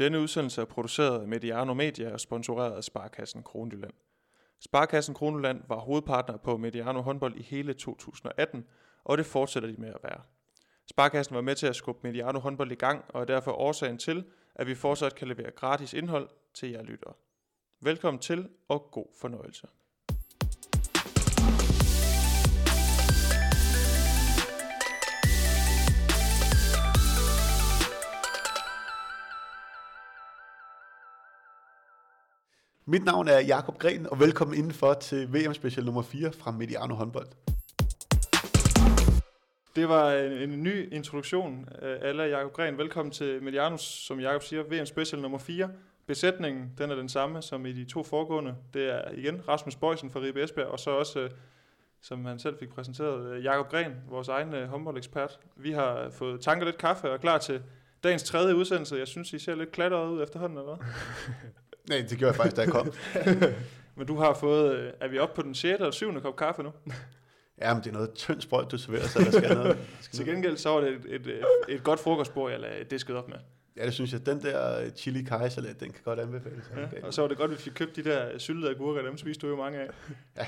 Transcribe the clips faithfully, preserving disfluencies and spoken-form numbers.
Denne udsendelse er produceret af Mediano Media og sponsoreret af Sparekassen Kronjylland. Sparekassen Kronjylland var hovedpartner på Mediano håndbold i hele to tusind og atten, og det fortsætter de med at være. Sparekassen var med til at skubbe Mediano håndbold i gang, og er derfor årsagen til, at vi fortsat kan levere gratis indhold til jer lyttere. Velkommen til, og god fornøjelse. Mit navn er Jakob Gren, og velkommen indenfor til V M special nummer fire fra Mediano håndbold. Det var en, en ny introduktion af alle Jakob Gren. Velkommen til Mediano, som Jakob siger, V M special nummer fire. Besætningen, den er den samme som i de to foregående. Det er igen Rasmus Bøjsen fra Ribe Esbjerg, og så også, som han selv fik præsenteret, Jakob Gren, vores egen håndboldekspert. Vi har fået tanket lidt kaffe og er klar til dagens tredje udsendelse. Jeg synes, I ser lidt klatret ud efterhånden, eller hvad? Nej, det gjorde jeg faktisk, da jeg kom. Men du har fået, er vi oppe på den sjette eller syvende kop kaffe nu? Ja, men det er noget tyndt sprøjt, du serverer, så der skal noget. Skal til gengæld så var det et, et, et, et godt frokostbord, jeg lagde disket op med. Ja, det synes jeg. Den der chili kajsalat, den kan godt anbefales. Ja, og så var det godt, at vi fik købt de der syltede agurker, dem spiste du jo mange af. Ja.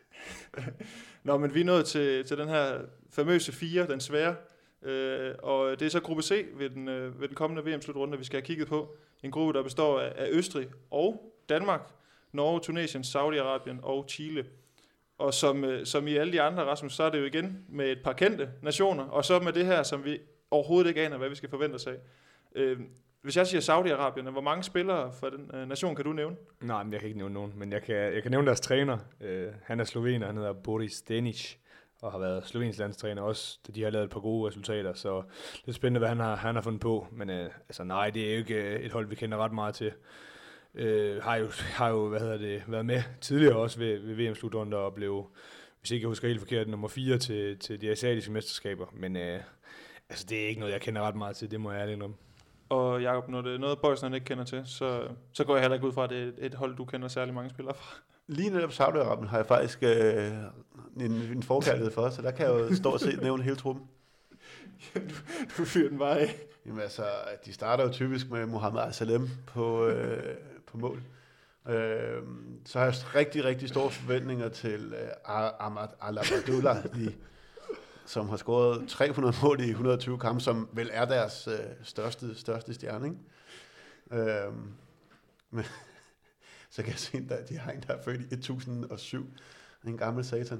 Nå, men vi er nået til, til den her famøse fire, den svære. Øh, og det er så gruppe C ved den, øh, ved den kommende V M-slutrunde, vi skal have kigget på. En gruppe, der består af, af Østrig og Danmark, Norge, Tunesien, Saudi-Arabien og Chile. Og som, øh, som i alle de andre, Rasmus, så er det jo igen med et par kendte nationer, og så med det her, som vi overhovedet ikke aner, hvad vi skal forvente os af. Øh, hvis jeg siger Saudi-Arabien, hvor mange spillere fra den øh, nation kan du nævne? Nej, men jeg kan ikke nævne nogen, men jeg kan, jeg kan nævne deres træner. Øh, han er slovener, han hedder Boris Stenic, og har været slovensk landstræner også, da de har lavet et par gode resultater, så det er spændende, hvad han har, han har fundet på. Men øh, altså, nej, det er jo ikke et hold, vi kender ret meget til. Øh, har jo, har jo hvad hedder det, været med tidligere også ved, ved V M-slutrunder og blev, hvis ikke jeg husker helt forkert, nummer fire til, til de asiatiske mesterskaber. Men øh, altså, det er ikke noget, jeg kender ret meget til, det må jeg ærligt om. Og Jakob, når det er noget, Bøjsen ikke kender til, så, så går jeg heller ikke ud fra, at det er et hold, du kender særlig mange spillere fra. Lige netop Saudi-Arabien har jeg faktisk øh, en, en forkærlighed for, så der kan jeg jo stort set nævne hele truppen. du, du fyrer den bare af. Jamen altså, de starter jo typisk med Mohamed Al-Salem på, øh, på mål. Øh, så har jeg rigtig, rigtig store forventninger til øh, Ahmad Al-Abdullah, som har scoret tre hundrede mål i et hundrede og tyve kampe, som vel er deres øh, største, største stjerne, ikke? Øh, men så kan jeg se, at de har en, der er født i et tusind og syv. En gammel satan.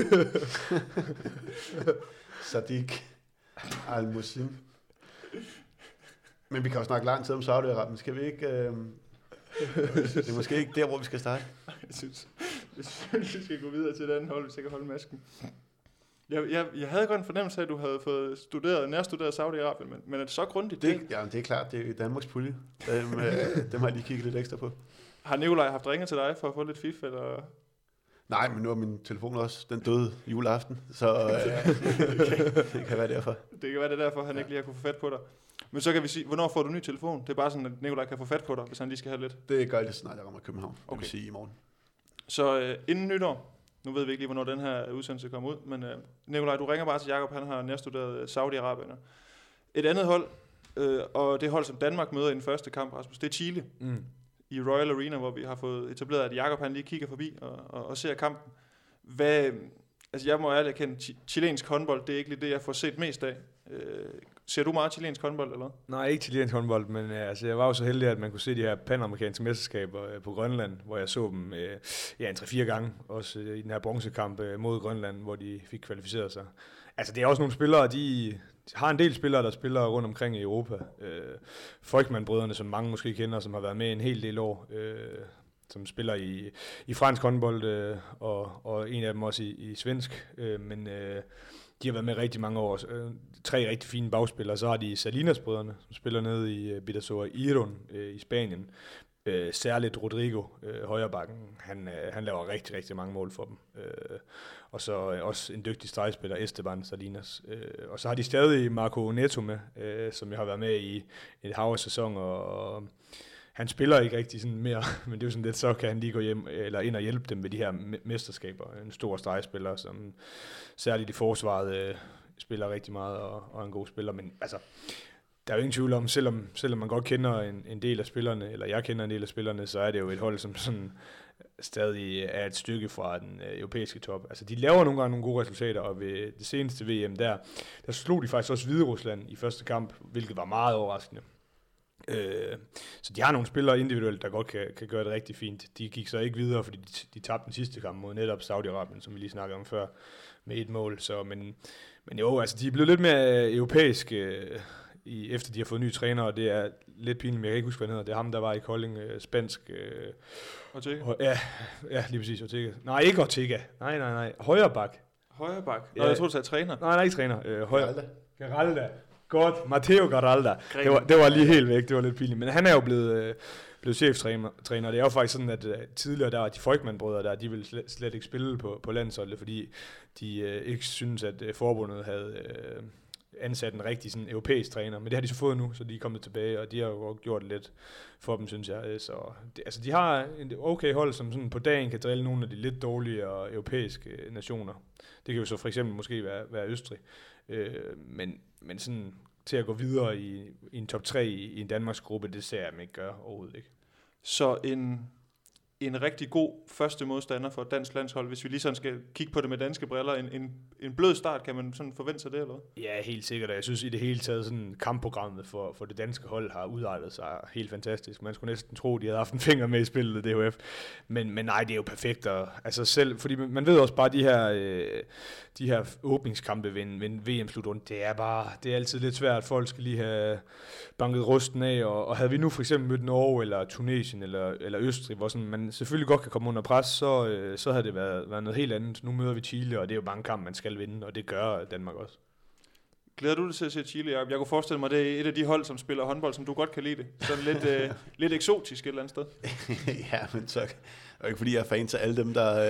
Sadiq Al-Musim. Men vi kan jo snakke lang tid om Saudi-Arabien. Skal vi ikke... Øh... Det er måske ikke der, hvor vi skal starte. Jeg synes, jeg synes vi skal gå videre til et andet hold, hvis jeg kan holde masken. Jeg, jeg, jeg havde godt en fornemmelse af, at du havde fået studeret, nærstuderet Saudi-Arabien, men, men er det så grundigt? Det, ja, det er klart, det er Danmarks pulje. Dem, øh, dem har jeg lige kigget lidt ekstra på. Har Nikolaj haft ringet til dig for at få lidt fif, eller? Nej, men nu er min telefon også den døde juleaften, så øh, okay. Det kan være derfor. Det kan være det derfor, han ja. ikke lige har kunne få fat på dig. Men så kan vi sige, hvornår får du en ny telefon? Det er bare sådan, at Nikolaj kan få fat på dig, hvis han lige skal have lidt. Det gør jeg lidt snart, jeg rammer København. Okay. Det vil sige i morgen. Så øh, inden nytår, nu ved vi ikke lige, hvornår den her udsendelse kommer ud, men øh, Nikolaj, du ringer bare til Jakob, han har nærstuderet Saudi-Arabien. Et andet hold, øh, og det hold, som Danmark møder i den første kamp, Rasmus, det er Chile. Mm. I Royal Arena, hvor vi har fået etableret, at Jakob han lige kigger forbi og, og, og ser kampen. Hvad, altså jeg må ærligt erkende, ch- chilensk håndbold, det er ikke lige det, jeg får set mest af. Øh, ser du meget chilensk håndbold, eller? Nej, ikke chilensk håndbold, men øh, altså, jeg var jo så heldig, at man kunne se de her panamerikanske mesterskaber øh, på Grønland, hvor jeg så dem øh, ja, en tre-fire gange, også øh, i den her bronzekamp øh, mod Grønland, hvor de fik kvalificeret sig. Altså, det er også nogle spillere, de har en del spillere, der spiller rundt omkring i Europa. Øh, Folkman-brødrene, som mange måske kender, som har været med en hel del år, øh, som spiller i, i fransk håndbold, øh, og, og en af dem også i, i svensk, øh, men øh, de har været med rigtig mange år. Øh, tre rigtig fine bagspillere. Så har de Salinas-brødrene, som spiller nede i uh, Bidasoa Irún øh, i Spanien. Øh, særligt Rodrigo, øh, højrebakken, han, øh, han laver rigtig, rigtig mange mål for dem. Øh, og så øh, også en dygtig stregspiller, Esteban Salinas. Øh, og så har de stadig Marco Neto med, øh, som jeg har været med i et hav af sæson, og, og han spiller ikke rigtig sådan mere, men det er jo sådan lidt, så kan han lige gå hjem, eller ind og hjælpe dem med de her mesterskaber. En stor stregspiller, som særligt i forsvaret øh, spiller rigtig meget, og, og en god spiller, men altså der er jo ingen tvivl om, selvom, selvom man godt kender en, en del af spillerne, eller jeg kender en del af spillerne, så er det jo et hold, som sådan stadig er et stykke fra den øh, europæiske top. Altså, de laver nogle gange nogle gode resultater, og ved det seneste V M der, der slog de faktisk også Hviderusland i første kamp, hvilket var meget overraskende. Øh, så de har nogle spillere individuelt, der godt kan, kan gøre det rigtig fint. De gik så ikke videre, fordi de, de tabte den sidste kamp mod netop Saudi-Arabien, som vi lige snakkede om før, med et mål. Så, men, men jo, altså, de er blevet lidt mere europæiske, øh, i, efter de har fået nye træner, og det er lidt pinligt, men jeg kan ikke huske, hvad han hedder. Det er ham, der var i Kolding, øh, spansk. Øh, Ortega? Ja, ja, lige præcis, Ortega. Nej, ikke Ortega. Nej, nej, nej. Højre bak. Højre bak? Ja. Nå, jeg tror du sagde træner. Nej, nej, ikke træner. Øh, højre. Geralda. Geralda. Godt, Matteo Geralda. Det var, det var lige helt væk, det var lidt pinligt. Men han er jo blevet, øh, blevet cheftræner. Det er jo faktisk sådan, at øh, tidligere der var de Folkman-brødre der, de ville slet, slet ikke spille på, på landsholdet, fordi de øh, ikke synes at øh, forbundet havde øh, ansat en rigtig sådan, europæisk træner. Men det har de så fået nu, så de er kommet tilbage, og de har jo gjort det lidt for dem, synes jeg. Så, det, altså, de har en okay hold, som sådan på dagen kan drille nogle af de lidt dårligere europæiske nationer. Det kan jo så for eksempel måske være, være Østrig. Øh, men, men sådan til at gå videre i, i en top tre i, i en Danmarks gruppe, det ser jeg dem ikke gøre overhovedet ikke. Så en, en rigtig god første modstander for et dansk landshold, hvis vi lige sådan skal kigge på det med danske briller, en, en, en blød start, kan man sådan forvente sig det, eller hvad? Ja, helt sikkert. Jeg synes i det hele taget, sådan kampprogrammet for, for det danske hold har udrettet sig helt fantastisk. Man skulle næsten tro, de havde haft en finger med i spillet, D H F. Men, men nej, det er jo perfekt. Og, altså selv, fordi man ved også bare, de her, øh, de her åbningskampe ved en, ved en V M-slutrunde, det er bare, det er altid lidt svært. Folk skal lige have banket rusten af, og, og havde vi nu for eksempel mødt Norge, eller Tunesien, eller, eller Østrig, hvor sådan, man selvfølgelig godt kan komme under pres, så, øh, så havde det været, været noget helt andet. Nu møder vi Chile, og det er jo mange kampe, man skal vinde, og det gør Danmark også. Glæder du dig til at se Chile, Jacob? Jeg kunne forestille mig, det er et af de hold, som spiller håndbold, som du godt kan lide det. Sådan lidt, øh, lidt eksotisk et eller andet sted. Ja, men så er ikke fordi, jeg er fan til alle dem, der...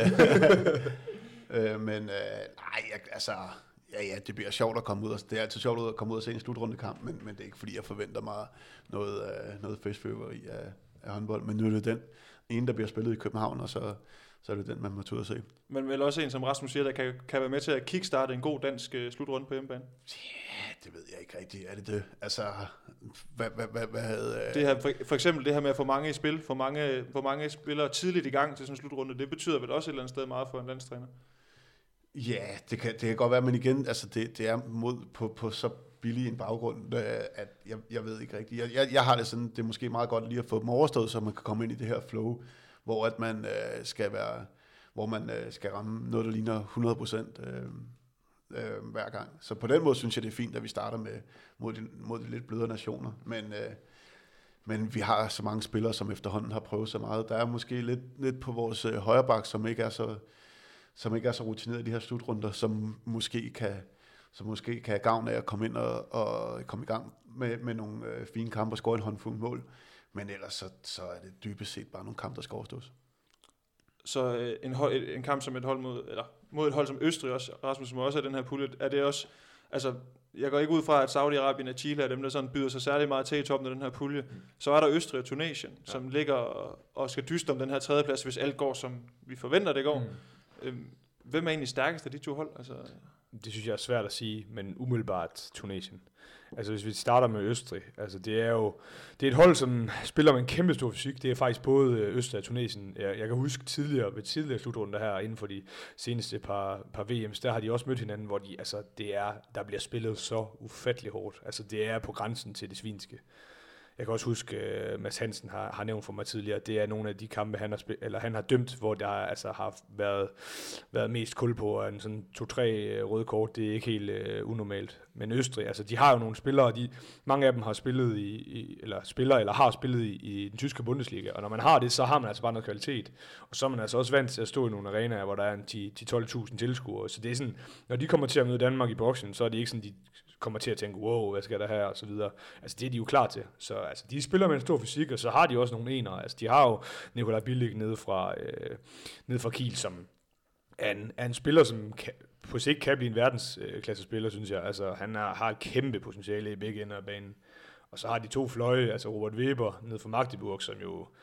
øh, men øh, nej, jeg, altså... Ja, ja, det bliver sjovt at komme ud, og det er altid sjovt at komme ud og se en slutrundekamp, men, men det er ikke fordi, jeg forventer mig noget, øh, noget festføveri af, af håndbold. Men nu er det den ene, der bliver spillet i København, og så, så er det den, man må tage ud og se. Men vel også en, som Rasmus siger, der kan, kan være med til at kickstarte en god dansk uh, slutrunde på hjemmebane? Ja, det ved jeg ikke rigtigt. Er det det? Altså, hvad, hvad, hvad, hvad havde... Øh... Det her, for, for eksempel det her med at få mange i spil, få mange, få mange spillere tidligt i gang til sådan en slutrunde, det betyder vel også et eller andet sted meget for en landstræner? Ja, det kan, det kan godt være, men igen, altså det, det er mod på, på så billig en baggrund, at jeg, jeg ved ikke rigtigt. Jeg, jeg, jeg har det sådan, det er måske meget godt lige at få dem overstået, så man kan komme ind i det her flow, hvor at man øh, skal være, hvor man øh, skal ramme noget, der ligner hundrede procent øh, øh, hver gang. Så på den måde synes jeg, det er fint, at vi starter med mod de, mod de lidt blødere nationer, men øh, men vi har så mange spillere, som efterhånden har prøvet så meget. Der er måske lidt, lidt på vores øh, højreback, som ikke er så som ikke er så rutineret i de her slutrunder, som måske kan, som måske kan have gavn af at komme ind og, og komme i gang med, med nogle øh, fine kampe og score en håndfuld mål. Men ellers så, så er det dybest set bare nogle kampe, der skal overstås. Så øh, en, hold, en kamp som et hold mod, eller mod et hold som Østrig også, Rasmus, som også er den her pulje, er det også, altså jeg går ikke ud fra, at Saudi-Arabien og Chile er dem, der sådan byder sig særlig meget til i toppen af den her pulje. Mm. Så er der Østrig og Tunesien, ja, som ligger og, og skal dyste om den her tredjeplads, hvis alt går, som vi forventer, det går. Mm. Hvem er egentlig stærkest af de to hold? Altså... Det synes jeg er svært at sige, men umiddelbart Tunesien. Altså hvis vi starter med Østrig, altså det er jo det er et hold, som spiller med en kæmpe stor fysik. Det er faktisk både Østrig og Tunesien. Jeg, jeg kan huske tidligere ved tidligere slutrunder her inden for de seneste par, par V M's, der har de også mødt hinanden, hvor de altså det er der bliver spillet så ufattelig hårdt. Altså det er på grænsen til det svinske. Jeg kan også huske, at Mads Hansen har, har nævnt for mig tidligere, det er nogle af de kampe, han har, spil- eller han har dømt, hvor der altså har været, været mest kul på, og en sådan to-tre røde kort, det er ikke helt uh, unormalt. Men Østrig, altså de har jo nogle spillere, de, mange af dem har spillet i, i eller spiller eller har spillet i, i den tyske Bundesliga, og når man har det, så har man altså bare noget kvalitet. Og så er man altså også vant til at stå i nogle arenaer, hvor der er en ti til tolv tusind tilskuere, så det er sådan, når de kommer til at møde Danmark i boksen, så er det ikke sådan, de kommer til at tænke, wow, hvad skal der her, og så videre. Altså det er de jo klar til. Så altså, de spiller med en stor fysik, og så har de også nogle enere. Altså de har jo Nikolaj Billig nede fra, øh, nede fra Kiel, som er en, er en spiller, som kan, på sigt kan blive en verdensklassespiller, synes jeg. Altså han er, har et kæmpe potentiale i begge ender af banen. Og så har de to fløje, altså Robert Weber nede fra Magdeburg, som jo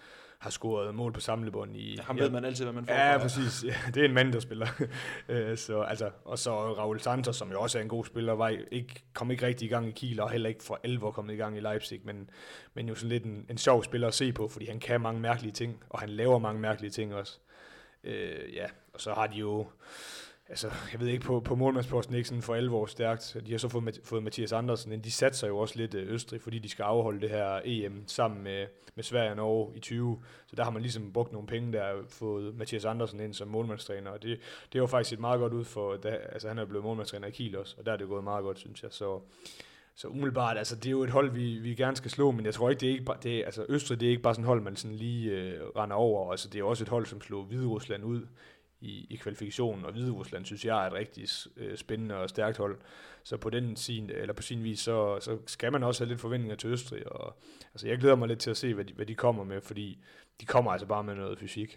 har scoret mål på samlebånd i... Ham ved man altid, hvad man får. Ja, præcis. Ja, det er en mand, der spiller. så, altså, og så Raúl Santos, som jo også er en god spiller, var ikke, kom ikke rigtig i gang i Kiel, og heller ikke for alvor kommet i gang i Leipzig, men, men jo sådan lidt en, en sjov spiller at se på, fordi han kan mange mærkelige ting, og han laver mange mærkelige ting også. Øh, ja, og så har de jo... Altså, jeg ved ikke, på, på målmandsposten ikke sådan for alvor stærkt. De har så fået, fået Mathias Andersen, men de satser jo også lidt Østrig, fordi de skal afholde det her E M sammen med, med Sverige og Norge i tyve. Så der har man ligesom brugt nogle penge, der har fået Mathias Andersen ind som målmandstræner, og det, det var faktisk et meget godt ud for, da, altså han er blevet målmandstræner i Kiel også, og der er det gået meget godt, synes jeg. Så, så umiddelbart, altså det er jo et hold, vi, vi gerne skal slå, men jeg tror ikke, det er ikke bare, det er, altså Østrig, det er ikke bare sådan et hold, man sådan lige øh, render over, altså det er også et hold, som slog Hviderusland ud i, i kvalifikationen, og Hviderusland synes jeg er et rigtig øh, spændende og stærkt hold. Så på den sin, eller på sin vis, så, så skal man også have lidt forventninger til Østrig, og altså jeg glæder mig lidt til at se, hvad de, hvad de kommer med, fordi de kommer altså bare med noget fysik.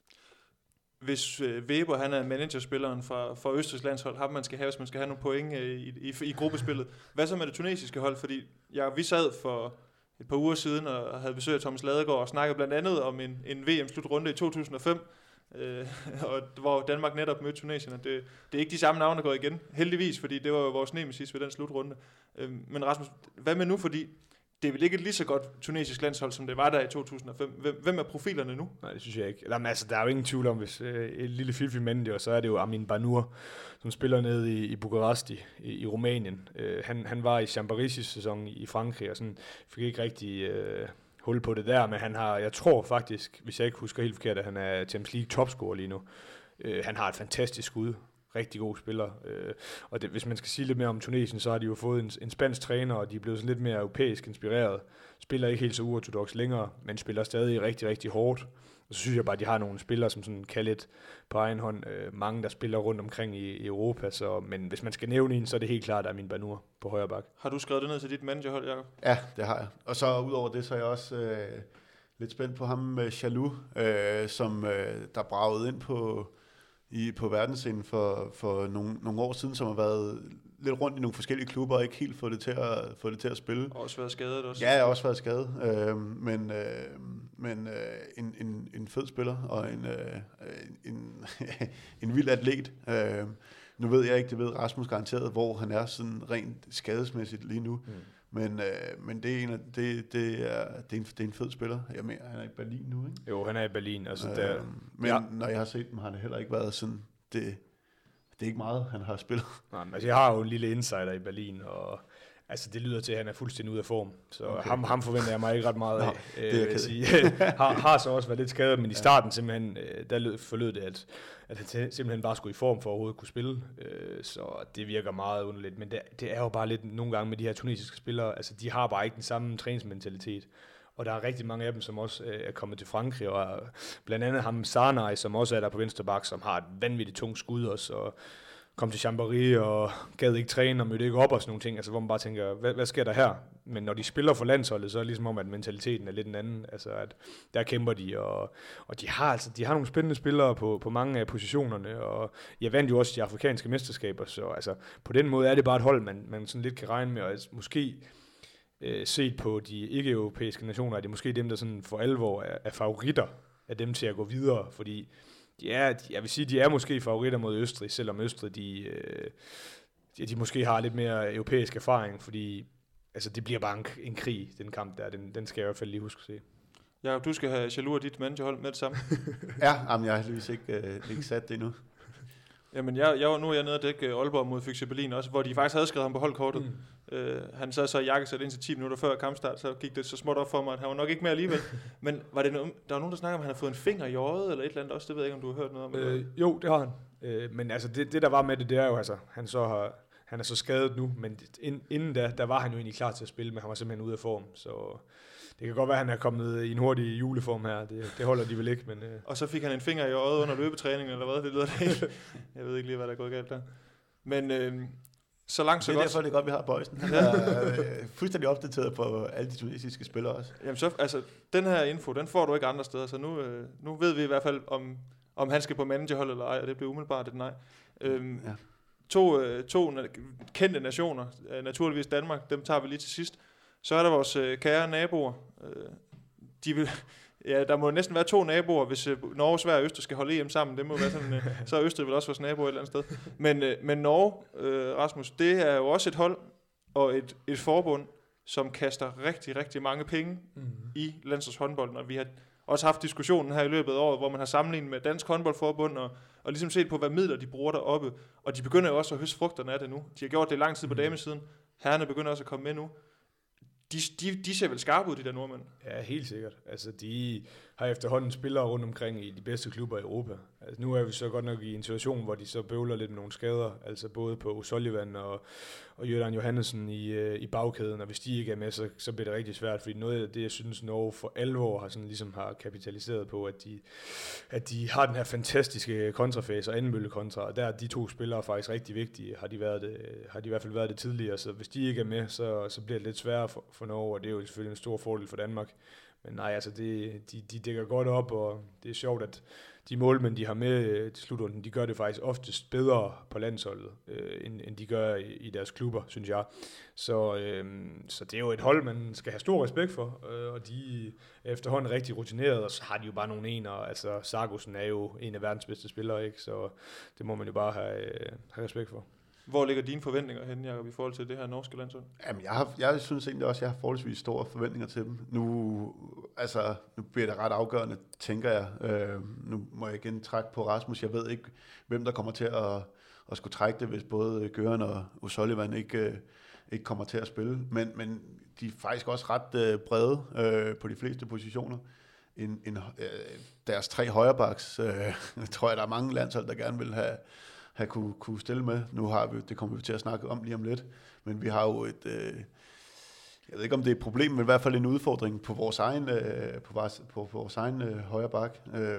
Hvis øh, Weber, han er managerspilleren fra, fra Østrigs landshold, ham man skal have, hvis man skal have nogle point øh, i, i, i gruppespillet. Hvad så med det tunesiske hold? Fordi ja, vi sad for et par uger siden og havde besøg af Thomas Ladegaard og snakkede blandt andet om en, en V M-slutrunde i to tusind og fem, øh, og hvor Danmark netop mødte Tunesien. Det, det er ikke de samme navne, der går igen, heldigvis, fordi det var jo vores nemesis ved den slutrunde. Øh, men Rasmus, hvad med nu, fordi det er vel ikke et lige så godt tunesisk landshold, som det var der i to tusind og fem. Hvem, hvem er profilerne nu? Nej, det synes jeg ikke. Eller, men, altså, der er jo ingen tvivl om, hvis øh, et lille filfi mand, og så er det jo Amin Banur, som spiller nede i, i Bukaresti i, i Rumænien. Øh, han, han var i Chambéry's sæson i Frankrig, og sådan fik ikke rigtig øh, hul på det der, men han har, jeg tror faktisk, hvis jeg ikke husker helt forkert, at han er Champions League topscorer lige nu. Øh, han har et fantastisk skud. Rigtig god spiller. Øh, og det, hvis man skal sige lidt mere om Tunesien, så har de jo fået en, en spansk træner, og de er blevet sådan lidt mere europæisk inspireret. Spiller ikke helt så uortodoks længere, men spiller stadig rigtig, rigtig hårdt. Og så synes jeg bare, at de har nogle spillere, som sådan kan lidt på egen hånd. Øh, mange, der spiller rundt omkring i, i Europa. Så, men hvis man skal nævne en, så er det helt klart Amin Banur på højre bak. Har du skrevet det ned til dit managerhold, Jacob? Ja, det har jeg. Og så udover det, så er jeg også øh, lidt spændt på ham med Chalou, øh, som øh, der bragede ind på... I, på verdensscenen for, for nogle, nogle år siden, som har været lidt rundt i nogle forskellige klubber, og ikke helt fået det til at, få det til at spille. Og også været skadet også. Ja, jeg har også været skadet. Øh, men øh, men øh, en, en, en fed spiller, og en, øh, en, en vild atlet. Øh, nu ved jeg ikke, det ved Rasmus garanteret, hvor han er sådan rent skadesmæssigt lige nu. Mm. Men, øh, men det, er en, det, det, er, det, er en, det er en fed spiller. Jeg mener, han er i Berlin nu, ikke? Jo, han er i Berlin. Altså, øh, der, men ja. Når jeg har set dem, har det heller ikke været sådan... Det, det er ikke meget, han har spillet. Nej, men altså, jeg har jo en lille insider i Berlin, og altså, det lyder til, at han er fuldstændig ude af form. Så okay. ham, ham forventer jeg mig ikke ret meget af. Nå, det er jeg sige. har, har så også været lidt skadet, men i starten simpelthen, der lød, forlød det, at, at han simpelthen bare skulle i form for at overhovedet kunne spille. Så det virker meget underligt. Men det, det er jo bare lidt nogle gange med de her tunesiske spillere, altså de har bare ikke den samme træningsmentalitet. Og der er rigtig mange af dem, som også øh, er kommet til Frankrig, og blandt andet ham Sarnay, som også er der på venstre bak, som har et vanvittigt tungt skud også, og kom til Chambéry og gad ikke træne og mødte ikke op og sådan nogle ting, altså hvor man bare tænker, hvad, hvad sker der her? Men når de spiller for landsholdet, så er det ligesom om, at mentaliteten er lidt en anden, altså at der kæmper de, og, og de har altså de har nogle spændende spillere på, på mange af positionerne, og jeg vandt jo også de afrikanske mesterskaber, så altså på den måde er det bare et hold, man, man sådan lidt kan regne med, og altså, måske set på de ikke-europæiske nationer, er det måske dem, der sådan for alvor er, er favoritter af dem til at gå videre, fordi de er, jeg vil sige, de er måske favoritter mod Østrig, selvom Østrig, de, øh, de, de måske har lidt mere europæisk erfaring, fordi altså, det bliver bare en, en krig, den kamp der, den, den skal jeg i hvert fald lige huske at se. Ja, du skal have Chalou og dit managerhold med det samme. ja, jamen, jeg har heldigvis ikke, øh, ikke sat det endnu. Jamen, jeg, jeg var nu er jeg nede og dække Aalborg mod Füchse Berlin også, hvor de faktisk havde skrevet ham på holdkortet. Mm. Øh, han sad så i jakkesæt indtil ti minutter før kampstart, så gik det så småt op for mig, at han var nok ikke med alligevel. Men var det no- der var nogen, der snakker om, at han har fået en finger i øjet, eller et eller andet også? Det ved jeg ikke, om du har hørt noget om. Øh, jo, det har han. Øh, men altså, det, det der var med det, det er jo, altså, han så har, han er så skadet nu, men inden da, der var han jo egentlig klar til at spille, men han var simpelthen ude af form, så... Det kan godt være, at han er kommet i en hurtig juleform her. Det, det holder de vel ikke, men... Øh. Og så fik han en finger i øjet under løbetræningen, eller hvad? Det lyder det helt. Jeg ved ikke lige, hvad der er gået galt der. Men øh, så langt så godt... Det er godt. derfor, det er godt, vi har Bøjsen. Han er øh, fuldstændig opdateret på alle de tunesiske spillere også. Jamen så, altså, den her info, den får du ikke andre steder, så nu, øh, nu ved vi i hvert fald, om, om han skal på managerhold eller ej, og det bliver umiddelbart et nej. Øhm, ja. To, øh, to kendte nationer, øh, naturligvis Danmark, dem tager vi lige til sidst. Så er der vores øh, kære naboer. Øh, de vil, Ja, der må næsten være to naboer, hvis uh, Norge, Sverige og Østrig skal holde E M sammen. Det må være sådan, uh, så er Østrig vel også vores nabo et eller andet sted. Men, uh, men Norge, uh, Rasmus, det er jo også et hold og et, et forbund, som kaster rigtig, rigtig mange penge mm-hmm. i landsholdshåndbolden. Og vi har også haft diskussionen her i løbet af året, hvor man har sammenlignet med Dansk Håndboldforbund og, og ligesom set på, hvad midler de bruger deroppe. Og de begynder jo også at høste frugterne af det nu. De har gjort det lang tid på mm-hmm. damesiden. Herrerne begynder også at komme med nu. De, de, de ser vel skarpe ud, de der nordmænd? Ja, helt sikkert. Altså, de har efterhånden spillere rundt omkring i de bedste klubber i Europa. Altså, nu er vi så godt nok i en situation, hvor de så bøvler lidt med nogle skader, altså både på Sullivan og, og Jørgen Johannessen i, øh, i bagkæden, og hvis de ikke er med, så, så bliver det rigtig svært, fordi noget af det, jeg synes, Norge for alvor har, sådan, ligesom har kapitaliseret på, at de, at de har den her fantastiske kontrafase og andenbølge kontra, og der er de to spillere faktisk rigtig vigtige, har de, været det, har de i hvert fald været det tidligere, så hvis de ikke er med, så, så bliver det lidt sværere for, for Norge, og det er jo selvfølgelig en stor fordel for Danmark. Men nej, altså det, de, de dækker godt op, og det er sjovt, at de målmænd, de har med til slutrunden, de gør det faktisk oftest bedre på landsholdet, øh, end, end de gør i, i deres klubber, synes jeg. Så, øh, så det er jo et hold, man skal have stor respekt for, øh, og de er efterhånden rigtig rutineret, og så har de jo bare nogle ener. Altså Sargussen er jo en af verdens bedste spillere, ikke? Så det må man jo bare have, have respekt for. Hvor ligger dine forventninger henne, Jacob, i forhold til det her norske landshold? Jamen, jeg, har, jeg synes egentlig også, at jeg har forholdsvis store forventninger til dem. Nu, altså, nu bliver det ret afgørende, tænker jeg. Øh, nu må jeg igen trække på Rasmus. Jeg ved ikke, hvem der kommer til at, at skulle trække det, hvis både Göran og O'Sullivan ikke, øh, ikke kommer til at spille. Men, men de er faktisk også ret øh, brede øh, på de fleste positioner. En, en, øh, deres tre højrebacks, øh, tror jeg, der er mange landshold, der gerne vil have have kunne, kunne stille med. Nu har vi, det kommer vi til at snakke om lige om lidt, men vi har jo et, øh, jeg ved ikke om det er et problem, men i hvert fald en udfordring på vores egen, øh, på vores, på vores egen øh, højre bak. Øh,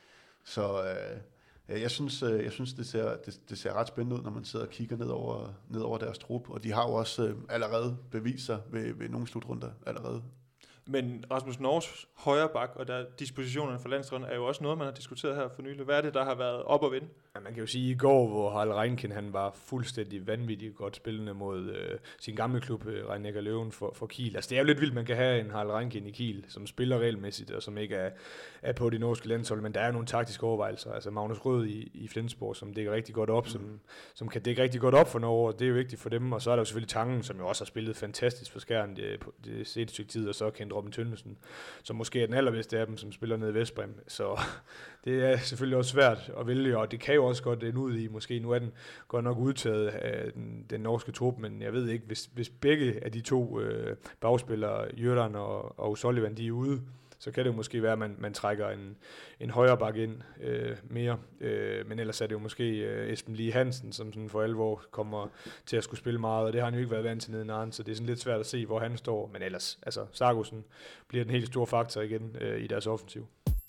så øh, jeg synes, øh, jeg synes det, ser, det, det ser ret spændende ud, når man sidder og kigger ned over, ned over deres trup, og de har jo også øh, allerede bevist sig ved, ved nogle slutrunder allerede. Men Rasmus, Norges højre bak og der dispositionerne for landsholdet er jo også noget, man har diskuteret her for nylig. Hvad er det, der har været op og vinde? Ja, man kan jo sige, at i går, hvor Harald Reinkind, han var fuldstændig vanvittigt godt spillende mod øh, sin gamle klub, øh, Rhein-Neckar Löwen for, for Kiel. Altså, det er jo lidt vildt, man kan have en Harald Reinkind i Kiel, som spiller regelmæssigt, og som ikke er, er på det norske landshold, men der er nogle taktiske overvejelser. Altså, Magnus Rød i, i Flensborg, som dækker rigtig godt op, mm. som, som kan dække rigtig godt op for Norge, og det er jo vigtigt for dem. Og så er der jo selvfølgelig Tangen, som jo også har spillet fantastisk for Skjern det, det seneste stykke tid, og så kendt Robin Tønnesen, som måske er den allerbedste af dem, som spiller nede i Vestbrem. Så det er selvfølgelig også svært at vælge, og det kan jo også godt ende ud i, måske nu er den godt nok udtaget af den, den norske trup, men jeg ved ikke, hvis, hvis begge af de to øh, bagspillere, Jørgen og, og Sullivan, de er ude, så kan det jo måske være, at man, man trækker en, en højre bak ind øh, mere. Øh, men ellers er det jo måske øh, Esben Lie Hansen, som sådan for alvor kommer til at skulle spille meget, og det har han jo ikke været vant til nede i Narn, så det er sådan lidt svært at se, hvor han står. Men ellers, altså Sargussen bliver den helt store faktor igen øh, i deres offensiv.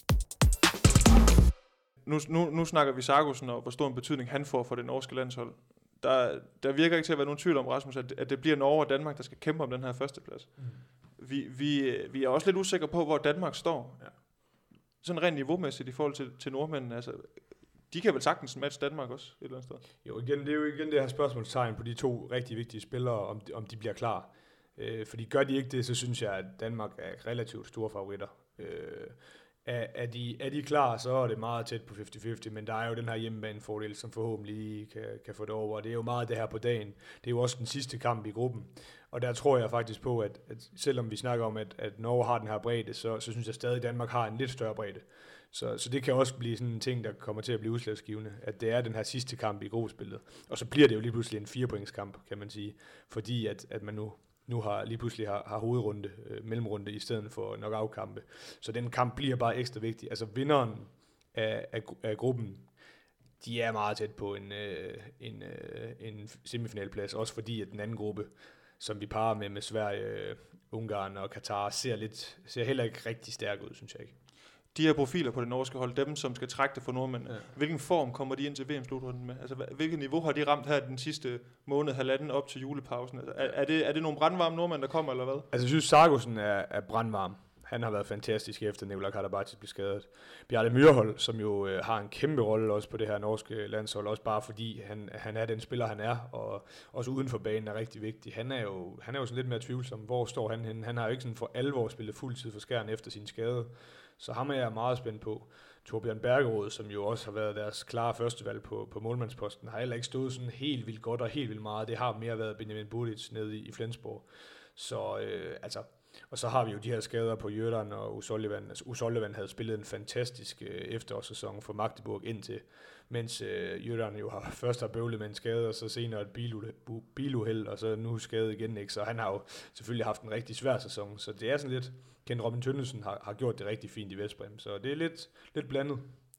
Nu, nu, nu snakker vi Sargussen, og hvor stor en betydning han får for det norske landshold. Der, der virker ikke til at være nogen tvivl om, Rasmus, at, at det bliver Norge og Danmark, der skal kæmpe om den her førsteplads. Mm. Vi, vi, vi er også lidt usikre på, hvor Danmark står. Ja. Sådan rent niveaumæssigt i forhold til, til nordmændene. Altså, de kan vel sagtens matche Danmark også et eller andet sted? Jo, igen, det er jo igen det her spørgsmålstegn på de to rigtig vigtige spillere, om de, om de bliver klar. Øh, fordi gør de ikke det, så synes jeg, at Danmark er relativt store favoritter. Øh, er, er, de, er de klar, så er det meget tæt på halvtreds halvtreds, men der er jo den her hjemmebanefordel, som forhåbentlig kan, kan få det over. Det er jo meget det her på dagen. Det er jo også den sidste kamp i gruppen. Og der tror jeg faktisk på, at, at selvom vi snakker om, at, at Norge har den her bredde, så, så synes jeg stadig, at Danmark har en lidt større bredde. Så, så det kan også blive sådan en ting, der kommer til at blive udslagsgivende, at det er den her sidste kamp i gruppespillet. Og så bliver det jo lige pludselig en firepointskamp, kan man sige, fordi at, at man nu, nu har lige pludselig har, har hovedrunde, øh, mellemrunde i stedet for knockout-kampe. Så den kamp bliver bare ekstra vigtig. Altså vinderen af, af, af gruppen, de er meget tæt på en, øh, en, øh, en semifinalplads, også fordi at den anden gruppe, som vi parer med med Sverige, Ungarn og Katar, ser, lidt, ser heller ikke rigtig stærk ud, synes jeg ikke. De her profiler på det norske hold, dem som skal trække det for nordmænd, ja. Hvilken form kommer de ind til V M-slutrunden med? Altså, hvilket niveau har de ramt her den sidste måned, halvanden op til julepausen? Altså, er, er, det, er det nogle brandvarme nordmænd, der kommer, eller hvad? Altså, jeg synes, Sargussen er, er brandvarm. han har været fantastisk efter Nikolaj Karabatic blev skadet. Bjarne Myrhold, som jo øh, har en kæmpe rolle også på det her norske landshold, også bare fordi han, han er den spiller, han er, og også uden for banen er rigtig vigtig. Han er jo, han er jo sådan lidt mere tvivlsom. Hvor står han henne? Han har jo ikke sådan for alvor spillet fuldtid for Skjern efter sin skade, så ham er jeg meget spændt på. Torbjørn Bergerud, som jo også har været deres klare førstevalg på, på målmandsposten, har heller ikke stået sådan helt vildt godt og helt vildt meget. Det har mere været Benjamin Budic nede i, i Flensborg. Så øh, altså, og så har vi jo de her skader på Jørgen og Usollivan. Altså Usollivan havde spillet en fantastisk øh, efterårssæson for Magdeburg indtil, mens øh, Jørgen jo har først har bøvlet med en skade, og så senere et biluheld, biluheld og så nu skade igen, ikke? Så han har jo selvfølgelig haft en rigtig svær sæson. Så det er sådan lidt, Ken Robin Tønnesen har, har gjort det rigtig fint i Vestbrem, så det er lidt, lidt blandet.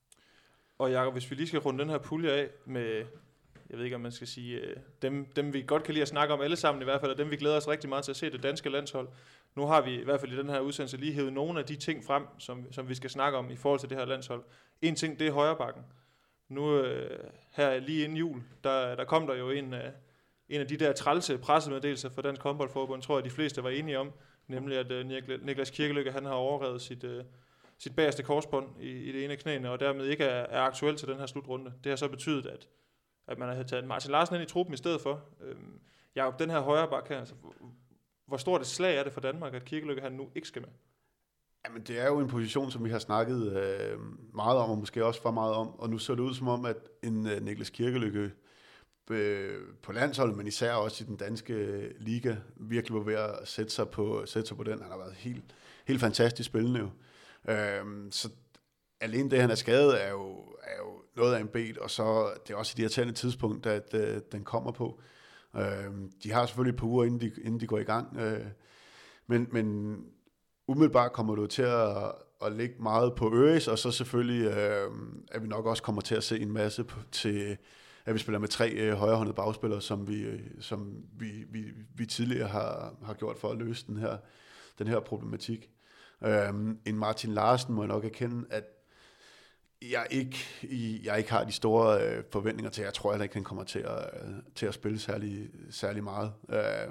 Og Jakob, hvis vi lige skal runde den her pulje af med, jeg ved ikke om man skal sige, dem, dem vi godt kan lide at snakke om alle sammen i hvert fald, og dem vi glæder os rigtig meget til at se, det danske landshold. Nu har vi i hvert fald i den her udsendelse lige hævet nogle af de ting frem, som, som vi skal snakke om i forhold til det her landshold. En ting, det er højrebakken. Nu øh, her lige inden jul, der, der kom der jo en, øh, en af de der trælse pressemeddelelser fra Dansk Håndboldforbund, tror jeg de fleste var enige om, nemlig at øh, Niklas Kirkelykke, han har overrevet sit, øh, sit bagerste korsbånd i, i det ene af knæene, og dermed ikke er, er aktuel til den her slutrunde. Det har så betydet, at, at man har taget Martin Larsen ind i truppen i stedet for. Øhm, Jakob, den her højreback her, altså, hvor stort et slag er det for Danmark, at Kirkelykke han nu ikke skal med? Jamen, det er jo en position, som vi har snakket øh, meget om, og måske også for meget om, og nu ser det ud som om, at en øh, Niklas Kirkelykke øh, på landsholdet, men især også i den danske liga, virkelig var ved at sætte sig på, sætte sig på den. Han har været helt, helt fantastisk spillende jo. Øh, så alene det, han er skadet, er jo, er jo noget af en bed, og så det er også et irriterende tidspunkt, at øh, den kommer på. Øh, de har selvfølgelig et par uger, inden de, inden de går i gang, øh, men, men umiddelbart kommer du til at, at lægge meget på Øres, og så selvfølgelig, øh, at vi nok også kommer til at se en masse på, til, at vi spiller med tre øh, højrehåndede bagspillere, som vi, øh, som vi, vi, vi tidligere har, har gjort for at løse den her, den her problematik. Øh, en Martin Larsen må jeg nok erkende, at jeg ikke, jeg ikke har de store øh, forventninger til. Jeg tror heller ikke, han kommer til at, til at spille særlig, særlig meget. Øh,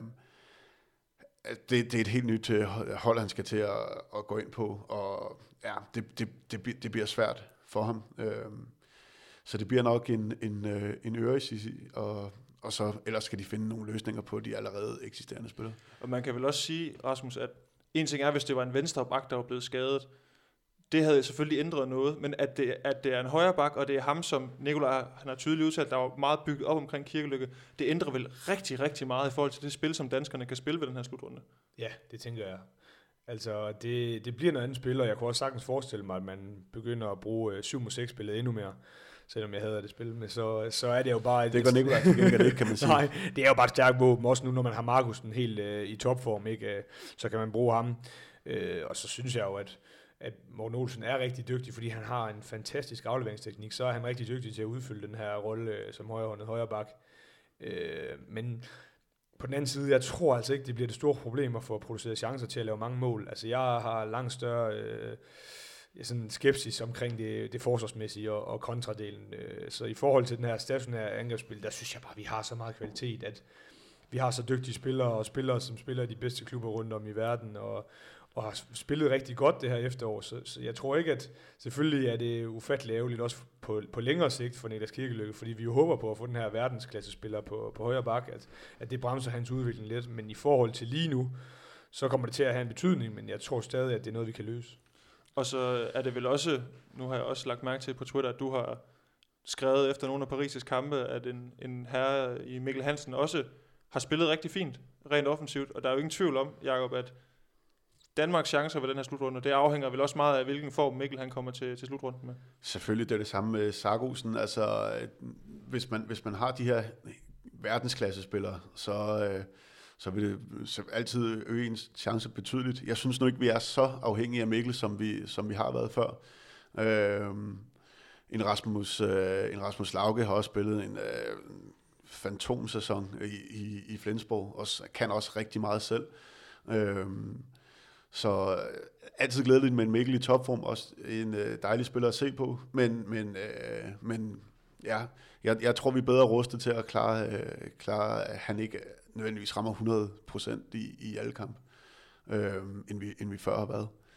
Det, det er et helt nyt hold, han skal til at, at gå ind på, og ja, det, det, det, det bliver svært for ham. Øhm, så det bliver nok en, en, en Øres, og, og så ellers skal de finde nogle løsninger på de allerede eksisterende spillere. Og man kan vel også sige, Rasmus, at en ting er, hvis det var en venstre bak, der var blevet skadet, det havde selvfølgelig ændret noget, men at det, at det er en højre bak, og det er ham, som Nikolaj han har tydeligt udtalt, der var meget bygget op omkring Kirkelykke, det ændrer vel rigtig, rigtig meget i forhold til det spil, som danskerne kan spille ved den her slutrunde. Ja, det tænker jeg. Altså, det, det bliver noget andet spil, og jeg kunne også sagtens forestille mig, at man begynder at bruge syv mod seks-spillet endnu mere, selvom jeg hader det spil, men så, så er det jo bare... Det går Nikolaj til gengæld ikke, kan man sige. Nej, det er jo bare et stærkt våben, også nu, når man har Markusen helt øh, i topform, ikke? Så kan man bruge ham. Øh, og så synes jeg jo, at at Morten Olsen er rigtig dygtig, fordi han har en fantastisk afleveringsteknik, så er han rigtig dygtig til at udfylde den her rolle øh, som højrehåndet højre bak. Øh, men på den anden side, jeg tror altså ikke, det bliver det store problem at få produceret chancer til at lave mange mål. Altså jeg har langt større øh, sådan skepsis omkring det, det forsvarsmæssige og, og kontradelen. Øh, så i forhold til den her stationære angrebsspil, der synes jeg bare, at vi har så meget kvalitet, at vi har så dygtige spillere og spillere, som spiller i de bedste klubber rundt om i verden, og og har spillet rigtig godt det her efterår, så, så jeg tror ikke, at selvfølgelig er det ufatteligt ærgerligt også på, på længere sigt for Niklas Kirkelykke, fordi vi jo håber på at få den her verdensklassespiller på, på højre bak, at, at det bremser hans udvikling lidt, men i forhold til lige nu, så kommer det til at have en betydning, men jeg tror stadig, at det er noget, vi kan løse. Og så er det vel også, nu har jeg også lagt mærke til på Twitter, at du har skrevet efter nogle af Paris' kampe, at en, en herre i Mikkel Hansen også har spillet rigtig fint, rent offensivt, og der er jo ingen tvivl om, Jakob, at Danmarks chancer ved den her slutrunde, det afhænger vel også meget af, hvilken form Mikkel han kommer til, til slutrunden med. Selvfølgelig, det er det samme med Sargussen. Altså, hvis man, hvis man har de her verdensklassespillere, så, så vil det så altid øge ens chance betydeligt. Jeg synes nu ikke, vi er så afhængige af Mikkel, som vi, som vi har været før. Øhm, en, Rasmus, øh, en Rasmus Lauke har også spillet en øh, fantomsæson i, i, i Flensborg, og kan også rigtig meget selv. Øhm, Så altid glædeligt med en Mikkel i topform, også en øh, dejlig spiller at se på, men, men, øh, men ja, jeg, jeg tror, vi er bedre rustet til at klare, øh, klare at han ikke nødvendigvis rammer hundrede procent i, i alle kampe, øh, end, vi, end vi før har været.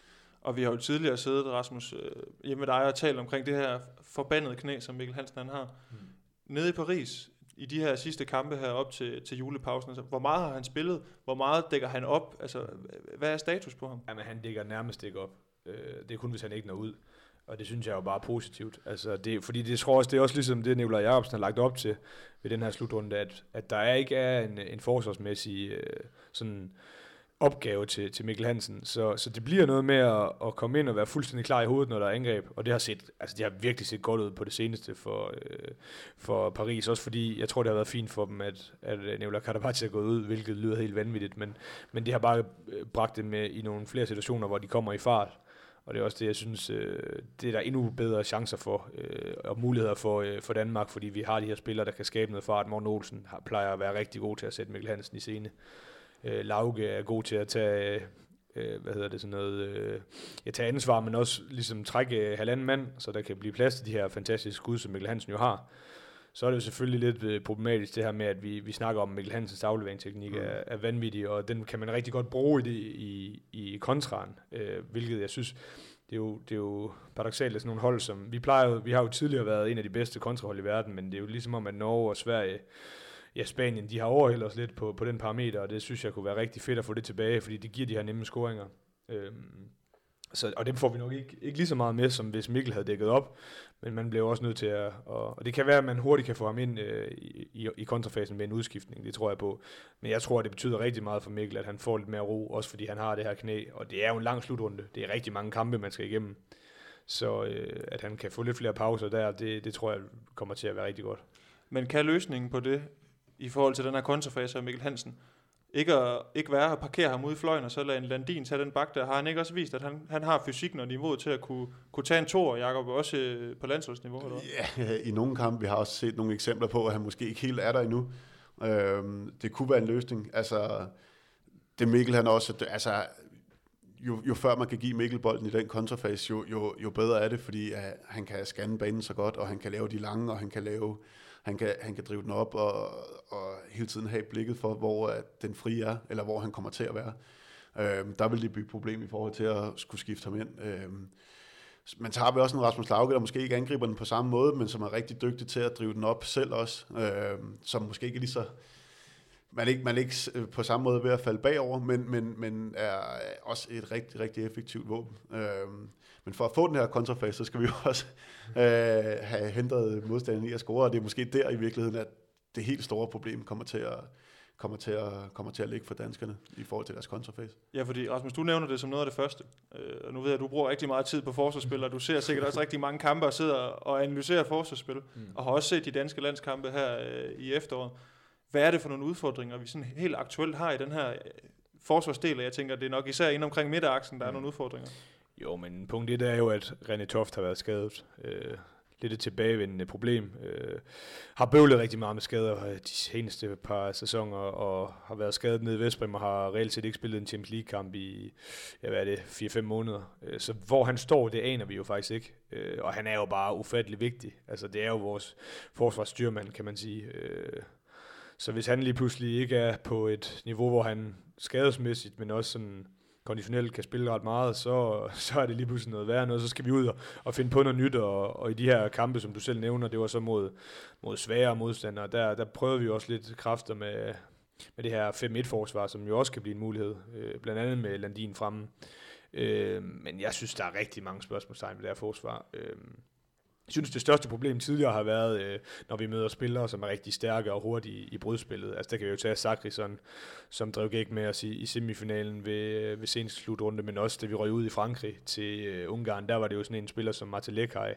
Og vi har jo tidligere siddet, Rasmus, øh, hjemme med dig og talt omkring det her forbandede knæ, som Mikkel Hansen han har. Mm. Nede i Paris, i de her sidste kampe her op til, til julepausen, altså, hvor meget har han spillet? Hvor meget dækker han op? Altså, hvad er status på ham? Jamen, han dækker nærmest ikke op. Det er kun, hvis han ikke når ud. Og det synes jeg jo bare er positivt. Altså, det, fordi det tror også, det er også ligesom det, Nikolaj Jacobsen har lagt op til ved den her slutrunde, at, at der ikke er en, en forsvarsmæssig øh, sådan opgave til, til Mikkel Hansen. Så, så det bliver noget med at, at komme ind og være fuldstændig klar i hovedet, når der er angreb. Og det har, set, altså det har virkelig set godt ud på det seneste for, øh, for Paris. Også fordi, jeg tror, det har været fint for dem, at, at Nikolaj Karabatic er gået ud, hvilket lyder helt vanvittigt. Men, men det har bare bragt dem med i nogle flere situationer, hvor de kommer i fart. Og det er også det, jeg synes, øh, det er der endnu bedre chancer for, øh, og muligheder for, øh, for Danmark, fordi vi har de her spillere, der kan skabe noget fart. Morten Olsen har, plejer at være rigtig god til at sætte Mikkel Hansen i scene. Øh, Lauke er god til at tage, øh, hvad hedder det, sådan noget, øh, ja, tage ansvar, men også ligesom trække øh, halvanden mand, så der kan blive plads til de her fantastiske skud, som Mikkel Hansen jo har. Så er det jo selvfølgelig lidt øh, problematisk det her med, at vi, vi snakker om, Mikkel Hansens afleveringsteknik mm. er, er vanvittig, og den kan man rigtig godt bruge i, det, i, i kontraen, øh, hvilket jeg synes, det er jo, det er jo paradoksalt, at sådan nogle hold, som vi plejer, vi har jo tidligere været en af de bedste kontrahold i verden, men det er jo ligesom om, at Norge og Sverige, ja, Spanien, de har overhældt os lidt på, på den parameter, og det synes jeg kunne være rigtig fedt at få det tilbage, fordi det giver de her nemme scoringer. Øhm, så, og dem får vi nok ikke, ikke lige så meget med, som hvis Mikkel havde dækket op, men man bliver også nødt til at, og, og det kan være, at man hurtigt kan få ham ind øh, i, i, i kontrafasen med en udskiftning, det tror jeg på. Men jeg tror, at det betyder rigtig meget for Mikkel, at han får lidt mere ro, også fordi han har det her knæ, og det er jo en lang slutrunde. Det er rigtig mange kampe, man skal igennem. Så øh, at han kan få lidt flere pauser der, det, det tror jeg kommer til at være rigtig godt. Men kan løsningen på det, i forhold til den her kontrafase af Mikkel Hansen, ikke at ikke være at parkere ham ude i fløjen, og så lade en Landin tage den bak der, har han ikke også vist, at han, han har fysikken og niveauet til at kunne, kunne tage en toer, Jakob, også på landsholdsniveau? Eller? Ja, i nogle kampe, vi har også set nogle eksempler på, at han måske ikke helt er der endnu. Øhm, det kunne være en løsning. Altså, det Mikkel han også, altså, jo, jo før man kan give Mikkel bolden i den kontrafase, jo, jo, jo bedre er det, fordi uh, han kan scanne banen så godt, og han kan lave de lange, og han kan lave Han kan, han kan drive den op og, og hele tiden have blikket for, hvor at den frie er, eller hvor han kommer til at være. Øhm, der vil det blive et problem i forhold til at skulle skifte ham ind. Øhm, men så har vi også en Rasmus Lauke, der måske ikke angriber den på samme måde, men som er rigtig dygtig til at drive den op selv også, øhm, som måske ikke er lige så... Man er ikke, man er ikke på samme måde ved at falde bagover, men, men, men er også et rigtig, rigtig effektivt våben. Øhm, men for at få den her kontrafase, så skal vi jo også øh, have hindret modstanderen i at score, og det er måske der i virkeligheden, at det helt store problem kommer til at, kommer til at, kommer til at ligge for danskerne i forhold til deres kontrafase. Ja, fordi Rasmus, du nævner det som noget af det første, øh, og nu ved jeg, at du bruger rigtig meget tid på forsvarsspil, og du ser sikkert også rigtig mange kampe og sidder og analyserer forsvarsspil, mm. og har også set de danske landskampe her øh, i efteråret. Hvad er det for nogle udfordringer, vi sådan helt aktuelt har i den her forsvarsdel? Jeg tænker, det er nok især inde omkring midteraksen, der er nogle udfordringer. Jo, men punkt et er jo, at René Toft har været skadet. Øh, lidt et tilbagevendende problem. Øh, har bøvlet rigtig meget med skader de seneste par sæsoner, og har været skadet nede i Vestbrem, og har reelt set ikke spillet en Champions League-kamp i, ja, hvad er det, fire fem måneder. Øh, så hvor han står, det aner vi jo faktisk ikke. Øh, og han er jo bare ufattelig vigtig. Altså, det er jo vores forsvarsstyrmand, kan man sige. Øh, Så hvis han lige pludselig ikke er på et niveau, hvor han skadesmæssigt, men også sådan konditionelt kan spille ret meget, så, så er det lige pludselig noget værre noget. Så skal vi ud og, og finde på noget nyt, og, og i de her kampe, som du selv nævner, det var så mod, mod svære modstandere, der, der prøvede vi også lidt kræfter med, med det her fem et-forsvar, som jo også kan blive en mulighed, øh, blandt andet med Landin fremme. Øh, men jeg synes, der er rigtig mange spørgsmålstegn med det her forsvar. Øh, Jeg synes, det største problem tidligere har været, øh, når vi møder spillere, som er rigtig stærke og hurtige i, i brudspillet. Altså, der kan vi jo tage Sakrisson, som drev gæk med os i, i semifinalen ved, ved seneste slutrunde, men også da vi røg ud i Frankrig til øh, Ungarn, der var det jo sådan en spiller som Martin Lekaj,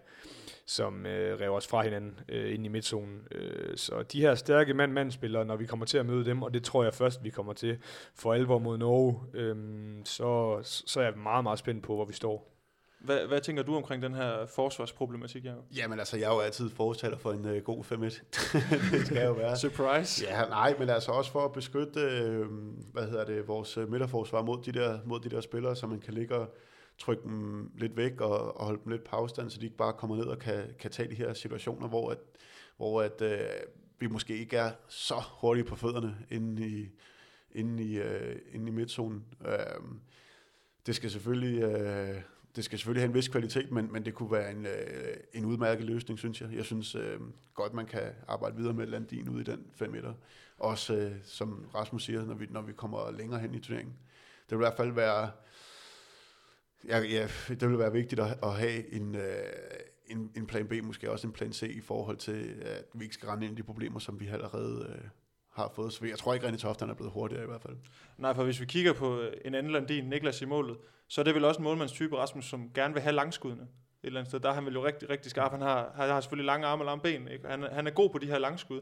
som øh, rev os fra hinanden øh, ind i midtzonen. Øh, så de her stærke mand-mand-spillere, når vi kommer til at møde dem, og det tror jeg først, vi kommer til for alvor mod Norge, øh, så, så er jeg meget, meget spændt på, hvor vi står. Hvad, hvad tænker du omkring den her forsvarsproblematik, Jacob? Jamen altså, jeg er jo altid fortaler for en uh, god fem et. Det skal jo være. Surprise. Ja, nej, men altså også for at beskytte, øh, hvad hedder det, vores midterforsvar mod de der, mod de der spillere, så man kan ligge og trykke dem lidt væk og, og holde dem lidt på afstand, så de ikke bare kommer ned og kan, kan tage de her situationer, hvor, at, hvor at, øh, vi måske ikke er så hurtige på fødderne inde i, inde i, øh, inde i midtzonen. Øh, det skal selvfølgelig... Øh, det skal selvfølgelig have en vis kvalitet, men, men det kunne være en, øh, en udmærket løsning, synes jeg. Jeg synes øh, godt, man kan arbejde videre med Landin ude i den fem meter. Også, øh, som Rasmus siger, når vi, når vi kommer længere hen i turneringen. Det vil i hvert fald være, ja, ja, det vil være vigtigt at, at have en, øh, en, en plan B, måske også en plan C, i forhold til, at vi ikke skal rende ind i de problemer, som vi allerede øh, har fået. Så jeg tror ikke, René Toft er blevet hurtigere i hvert fald. Nej, for hvis vi kigger på en anden Landin, Niklas i målet, så er det vel også en målmandstype, Rasmus, som gerne vil have langskuddene. Et eller andet sted. Der er han vel jo rigtig, rigtig skarp. Han har, han har selvfølgelig lange arme og lange ben. Ikke? Han, han er god på de her langskud.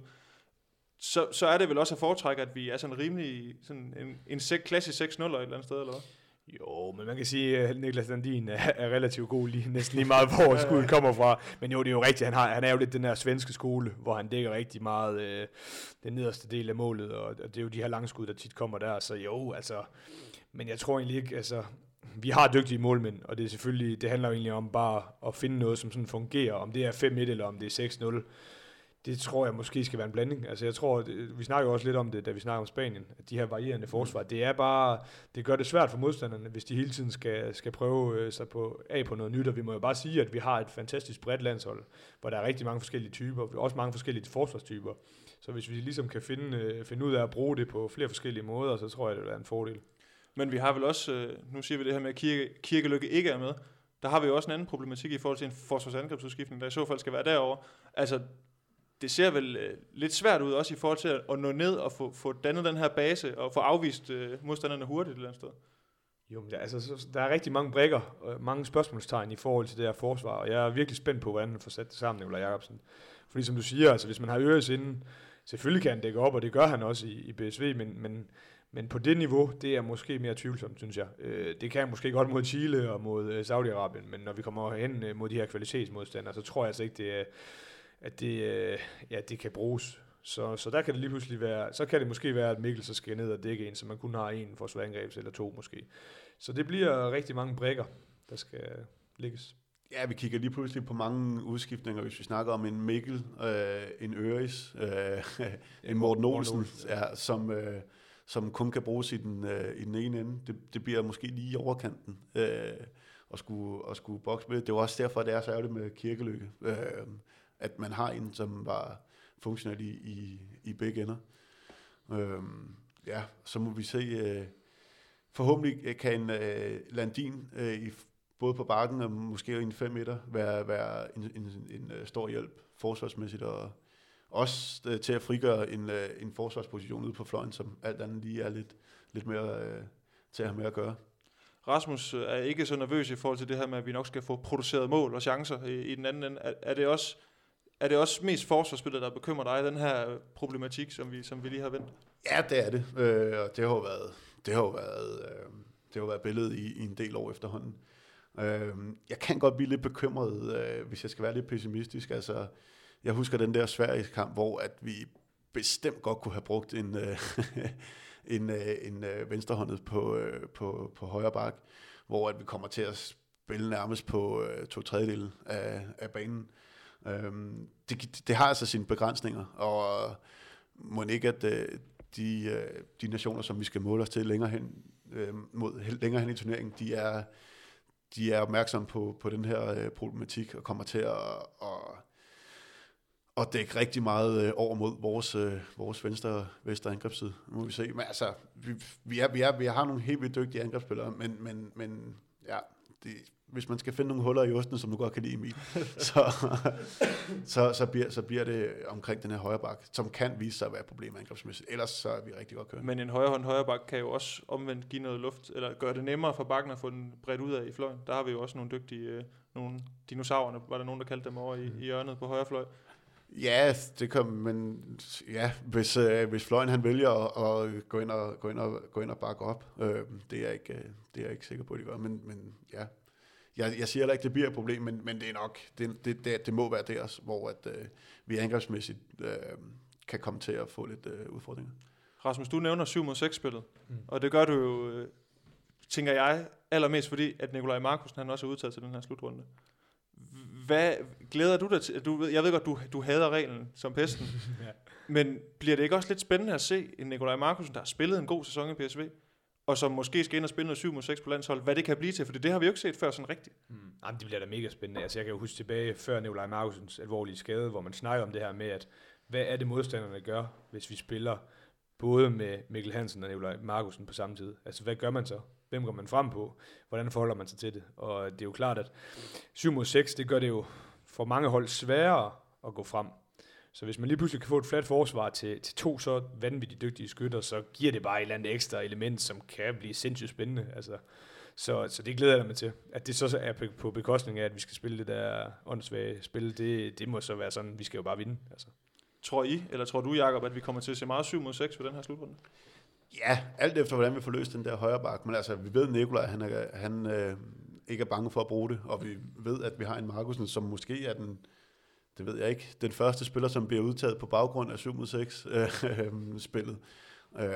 Så, så er det vel også at foretrække, at vi er sådan rimelig sådan en, en sek, klassisk seks nul et eller andet sted, eller hvad? Jo, men man kan sige, at Niklas Landin er, er relativt god, lige, næsten lige meget, hvor skuddet kommer fra. Men jo, det er jo rigtigt, han, har, han er jo lidt den her svenske skole, hvor han dækker rigtig meget øh, den nederste del af målet, og, og det er jo de her langskud, der tit kommer der. Så jo, altså, men jeg tror egentlig ikke, altså, vi har dygtige målmænd, og det er selvfølgelig, det handler jo egentlig om bare at finde noget, som sådan fungerer, om det er fem et eller om det er seks nul. Det tror jeg måske skal være en blanding. Altså jeg tror, det, vi snakker jo også lidt om det, da vi snakker om Spanien, at de her varierende forsvar, det er bare, det gør det svært for modstanderne, hvis de hele tiden skal, skal prøve sig på, af på noget nyt, og vi må jo bare sige, at vi har et fantastisk bredt landshold, hvor der er rigtig mange forskellige typer, også mange forskellige forsvarstyper. Så hvis vi ligesom kan finde, finde ud af at bruge det på flere forskellige måder, så tror jeg, det vil være en fordel. Men vi har vel også, nu siger vi det her med, at Kirke, Kirkelykke ikke er med, der har vi jo også en anden problematik i forhold til en forsvarsangrebsudskiftning, der i så fald skal være derovre. Altså, det ser vel øh, lidt svært ud, også i forhold til at, at nå ned og få, få dannet den her base, og få afvist øh, modstanderne hurtigt et eller andet sted. Jo, men der, altså, så, der er rigtig mange brikker, og mange spørgsmålstegn i forhold til det her forsvar, og jeg er virkelig spændt på, hvordan man får sat det sammen, Nikolaj Jacobsen. Fordi som du siger, altså, hvis man har Øres inden, selvfølgelig kan han dække op, og det gør han også i, i B S V, men, men, men på det niveau, det er måske mere tvivlsomt, synes jeg. Øh, det kan jeg måske godt mod Chile og mod øh, Saudi-Arabien, men når vi kommer hen øh, mod de her kvalitetsmodstandere, så tror jeg altså ikke, det er... at det, øh, ja, det kan bruges. Så, så der kan det lige pludselig være, så kan det måske være, at Mikkel så skal ned og dække en, så man kun har en forsvarsangrebs eller to måske. Så det bliver rigtig mange brikker, der skal lægges. Ja, vi kigger lige pludselig på mange udskiftninger, hvis vi snakker om en Mikkel, øh, en Øris, øh, en Morten Olsen, ja, som, øh, som kun kan bruges i den, øh, i den ene ende. Det, det bliver måske lige i overkanten øh, at skulle, at skulle bokse med. Det er også derfor, det er så ærgerligt med Kirkelykke. Øh, at man har en, som var funktionel i, i, i begge ender. Øhm, ja, så må vi se, øh, forhåbentlig kan en øh, Landin øh, i, både på bakken og måske i en fem meter være, være en, en, en, en stor hjælp forsvarsmæssigt, og også øh, til at frigøre en, øh, en forsvarsposition ude på fløjen, som alt andet lige er lidt, lidt mere øh, til at have med at gøre. Rasmus er ikke så nervøs i forhold til det her med, at vi nok skal få produceret mål og chancer i, i den anden ende. Er, er det også Er det også mest forsvarsspillet, der bekymrer dig, den her problematik, som vi, som vi lige har vendt? Ja, det er det. Øh, og det har jo været, det har jo været, øh, det har jo været billedet i, i en del år efterhånden. Øh, jeg kan godt blive lidt bekymret, øh, hvis jeg skal være lidt pessimistisk. Altså, jeg husker den der Sverige-kamp, hvor at vi bestemt godt kunne have brugt en, øh, en, øh, en øh, venstrehåndet på, øh, på, på højre bak, hvor at vi kommer til at spille nærmest på øh, to tredjedel af, af banen. Øhm, det, det har altså sine begrænsninger, og må ikke, at øh, de, øh, de nationer, som vi skal måle os til længere hen, øh, mod, længere hen i turneringen, de er, de er opmærksomme på, på den her øh, problematik, og kommer til at, at, at dække rigtig meget øh, over mod vores, øh, vores venstre, venstre angrebsside. Nu må vi se. Men altså, vi, vi, er, vi, er, vi har nogle helt vildt dygtige angrebsspillere, men, men, men ja, det hvis man skal finde nogle huller i osten, som du godt kan lide, Emil, så, så, så, bliver, så bliver det omkring den her højre bak, som kan vise sig at være et problem angrebsmæssigt. Ellers så er vi rigtig godt kørende. Men en højre hånd højre bak kan jo også omvendt give noget luft, eller gøre det nemmere for bakken at få den bredt ud af i fløjen. Der har vi jo også nogle dygtige, øh, nogle dinosaurerne, var der nogen, der kaldte dem over i, i hjørnet på højre fløj. Ja, det kan, men ja, hvis, øh, hvis fløjen han vælger at, at gå ind og gå ind og gå ind og bakke op, øh, det er jeg ikke, det er jeg ikke sikker på at de gør, men men ja. Jeg, jeg siger heller ikke, det bliver et problem, men, men det er nok, det, det, det, det må være der, hvor at, øh, vi angrebsmæssigt øh, kan komme til at få lidt øh, udfordringer. Rasmus, du nævner syv mod seks spillet, mm. og det gør du jo, øh, tænker jeg, allermest fordi, at Nikolaj Markusen han også er udtaget til den her slutrunde. Hvad glæder du dig til? Du, jeg ved godt, du, du hader reglen som pesten, ja. Men bliver det ikke også lidt spændende at se en Nikolaj Markusen, der har spillet en god sæson i P S V, og som måske skal ind og spille noget syv mod seks på landshold, hvad det kan blive til, for det har vi jo ikke set før sådan rigtigt. Mm. Jamen, det bliver da mega spændende. Altså, jeg kan jo huske tilbage før Nikolaj Markusens alvorlige skade, hvor man snakker om det her med, at hvad er det modstanderne gør, hvis vi spiller både med Mikkel Hansen og Nikolaj Markusen på samme tid? Altså, hvad gør man så? Hvem går man frem på? Hvordan forholder man sig til det? Og det er jo klart, at syv mod seks, det gør det jo for mange hold sværere at gå frem. Så hvis man lige pludselig kan få et fladt forsvar til, til to så vanvittigt dygtige skytter, så giver det bare et eller andet ekstra element, som kan blive sindssygt spændende. Altså, så, så det glæder jeg mig til. At det så er på bekostning af, at vi skal spille det der åndssvage spil, det, det må så være sådan, vi skal jo bare vinde. Altså. Tror I, eller tror du, Jakob, at vi kommer til at se meget syv mod seks på den her slutrunde? Ja, alt efter hvordan vi får løst den der højre bak. Men altså, vi ved, at Nikolaj, han, er, han øh, ikke er bange for at bruge det, og vi ved, at vi har en Markusen, som måske er den, det ved jeg ikke, den første spiller, som bliver udtaget på baggrund af syv mod seks øh, spillet. Øh,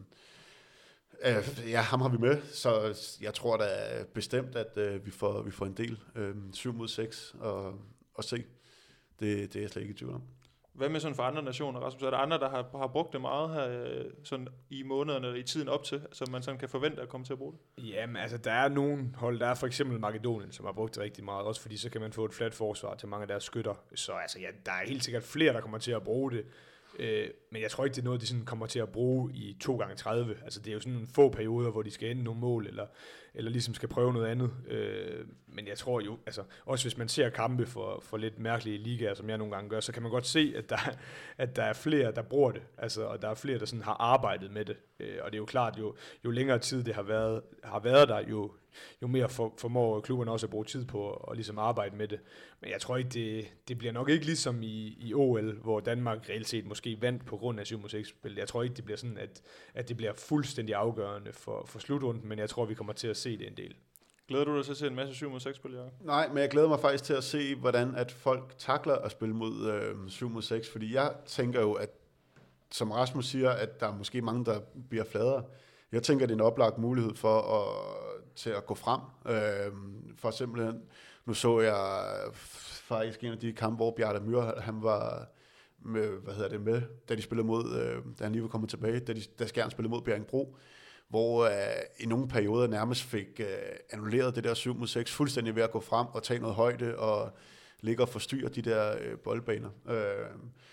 øh, ja, ham har vi med, så jeg tror da bestemt, at øh, vi, får, vi får en del øh, syv mod seks og, og se. Det, det er jeg slet ikke i tvivl om. Hvad med sådan for andre nationer, Rasmus? Er der andre, der har, har brugt det meget her sådan i månederne eller i tiden op til, så man sådan kan forvente at komme til at bruge det? Jamen, altså, der er nogle hold, der er for eksempel Makedonien, som har brugt det rigtig meget, også fordi så kan man få et fladt forsvar til mange af deres skytter. Så altså, ja, der er helt sikkert flere, der kommer til at bruge det. Øh, men jeg tror ikke, det er noget, de sådan kommer til at bruge i to gange tredive. Altså, det er jo sådan en få perioder, hvor de skal ende nogle mål, eller, eller ligesom skal prøve noget andet. Øh, men jeg tror jo, altså, også hvis man ser kampe for, for lidt mærkelige ligaer, som jeg nogle gange gør, så kan man godt se, at der, at der er flere, der bruger det. Altså, og der er flere, der sådan har arbejdet med det. Øh, og det er jo klart, jo, jo længere tid det har været, har været der, jo, jo mere for, formår klubberne også at bruge tid på at, at ligesom arbejde med det. Men jeg tror ikke, det, det bliver nok ikke ligesom i, i O L, hvor Danmark reelt set måske vandt på grund af syv mod seks-spil. Jeg tror ikke, det bliver sådan, at, at det bliver fuldstændig afgørende for, for slutrunden, men jeg tror, vi kommer til at se det en del. Glæder du dig til at se en masse syv mod seks-spil, Jacob? Nej, men jeg glæder mig faktisk til at se, hvordan at folk takler at spille mod øh, syv mod seks, fordi jeg tænker jo, at som Rasmus siger, at der er måske mange, der bliver fladere. Jeg tænker, det er en oplagt mulighed for at, til at gå frem. Øh, for simpelthen, nu så jeg faktisk en af de kampe, hvor Bjarne Myhr, han var med, hvad hedder det, med, da de spillede mod, øh, da han lige var kommet tilbage, da, de, da Skjern spillede mod Bjerringbro, hvor øh, i nogle perioder nærmest fik øh, annulleret det der syv mod seks, fuldstændig ved at gå frem og tage noget højde og ligge og forstyrre de der øh, boldbaner. Øh,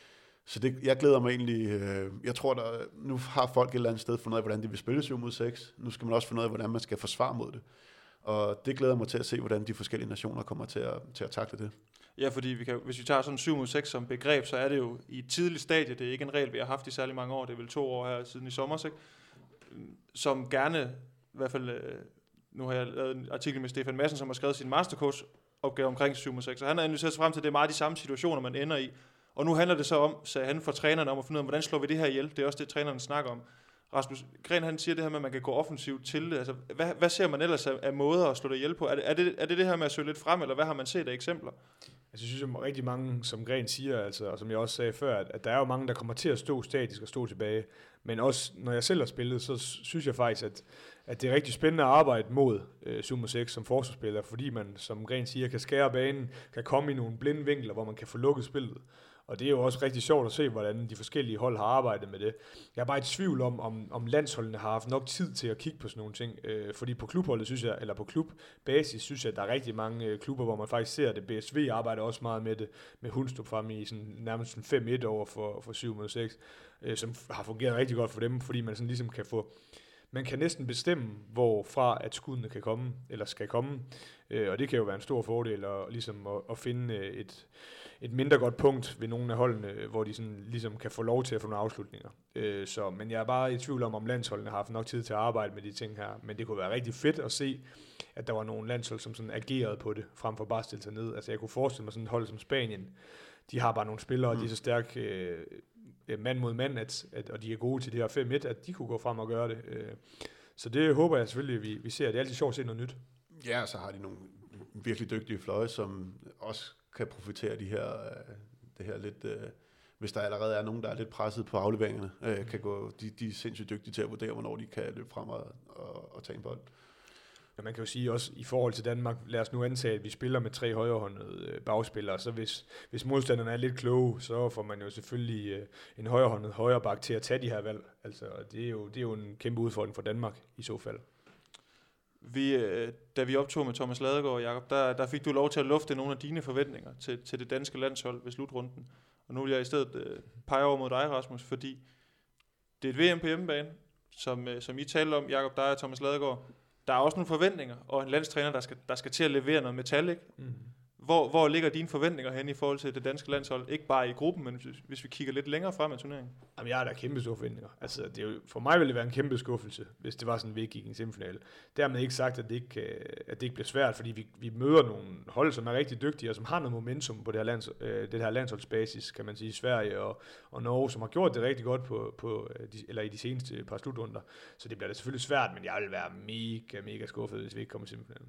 Så det, jeg glæder mig egentlig, øh, jeg tror, der nu har folk et eller andet sted fundet ud af, hvordan de vil spille syv mod seks. Nu skal man også finde ud af, hvordan man skal forsvare mod det. Og det glæder mig til at se, hvordan de forskellige nationer kommer til at, til at takle det. Ja, fordi vi kan, hvis vi tager sådan syv mod seks som begreb, så er det jo i et tidligt stadie, det er ikke en regel, vi har haft i særlig mange år, det er vel to år her siden i sommer, ikke? Som gerne, i hvert fald, nu har jeg lavet en artikel med Stefan Madsen, som har skrevet sin mastercoach opgave omkring syv mod seks, og han har analyseret sig frem til, at det er meget de samme situationer, man ender i. Og nu handler det så om, sagde han for trænerne om at finde ud af, hvordan slår vi det her ihjel. Det er også det, trænerne snakker om. Rasmus Gren, han siger det her med, at man kan gå offensivt til det. Altså, hvad, hvad ser man ellers af, af måder at slå det ihjel på? Er det, er, det, er det det her med at søge lidt frem, eller hvad har man set af eksempler? Altså, jeg synes jo rigtig mange, som Gren siger, altså, og som jeg også sagde før, at, at der er jo mange, der kommer til at stå statisk og stå tilbage. Men også, når jeg selv har spillet, så synes jeg faktisk, at, at det er rigtig spændende at arbejde mod øh, syv mod seks som forsvarsspiller, fordi man, som Gren siger, kan skære banen, kan komme i nogle blinde vinkler, hvor man kan få lukket spillet. Og det er jo også rigtig sjovt at se, hvordan de forskellige hold har arbejdet med det. Jeg er bare i tvivl om, om, om landsholdene har haft nok tid til at kigge på sådan nogle ting. Øh, fordi på klubholdet, synes jeg, eller på klubbasis, synes jeg, at der er rigtig mange øh, klubber, hvor man faktisk ser det. B S V arbejder også meget med det, med Hundstrup frem i sådan, nærmest sådan fem et over for, for syv mod seks, øh, som har fungeret rigtig godt for dem, fordi man sådan ligesom kan få... Man kan næsten bestemme, hvorfra at skuddene kan komme, eller skal komme, øh, og det kan jo være en stor fordel at, ligesom at, at finde et, et mindre godt punkt ved nogle af holdene, hvor de sådan ligesom kan få lov til at få nogle afslutninger. Øh, så, men jeg er bare i tvivl om, om landsholdene har haft nok tid til at arbejde med de ting her, men det kunne være rigtig fedt at se, at der var nogle landshold, som sådan agerede på det, frem for bare at stille sig ned. Altså jeg kunne forestille mig sådan et hold som Spanien, de har bare nogle spillere, mm. og de er så stærke øh, mand mod mand, at, at, og de er gode til det her fem et, at de kunne gå frem og gøre det. Øh, så det håber jeg selvfølgelig, at vi, vi ser. Det er altid sjovt at se noget nyt. Ja, så har de nogle virkelig dygtige fløje, som også kan profitere de her, det her lidt, øh, hvis der allerede er nogen, der er lidt presset på afleveringerne, øh, kan gå, de, de er sindssygt dygtige til at vurdere, hvornår de kan løbe frem og, og, og tage en bold. Men man kan jo sige også i forhold til Danmark, lad os nu antage, at vi spiller med tre højrehåndede bagspillere, så hvis, hvis modstanderne er lidt kloge, så får man jo selvfølgelig en højrehåndet højreback til at tage de her valg. Altså, det er jo, det er jo en kæmpe udfordring for Danmark i så fald. Vi, da vi optog med Thomas Ladegaard, Jakob, der, der fik du lov til at lufte nogle af dine forventninger til, til det danske landshold ved slutrunden. Og nu vil jeg i stedet øh, pege over mod dig, Rasmus, fordi det er et V M på hjemmebane, som, øh, som I talte om, Jakob, der er Thomas Ladegaard. Der er også nogle forventninger, og en landstræner, der skal, der skal til at levere noget metal, ikke? Mm. Hvor, hvor ligger dine forventninger hen i forhold til det danske landshold? Ikke bare i gruppen, men hvis, hvis vi kigger lidt længere frem i turneringen. Jamen, jeg har da kæmpe store forventninger. Altså, det er jo, for mig ville det være en kæmpe skuffelse, hvis det var sådan, vi gik i en semifinale. Dermed ikke sagt, at det ikke, at det ikke bliver svært, fordi vi, vi møder nogle hold, som er rigtig dygtige, og som har noget momentum på det her, lands, øh, det her landsholdsbasis, kan man sige, Sverige og, og Norge, som har gjort det rigtig godt på, på de, eller i de seneste par slutrunder. Så det bliver da selvfølgelig svært, men jeg vil være mega, mega skuffet, hvis vi ikke kommer i semifinalen.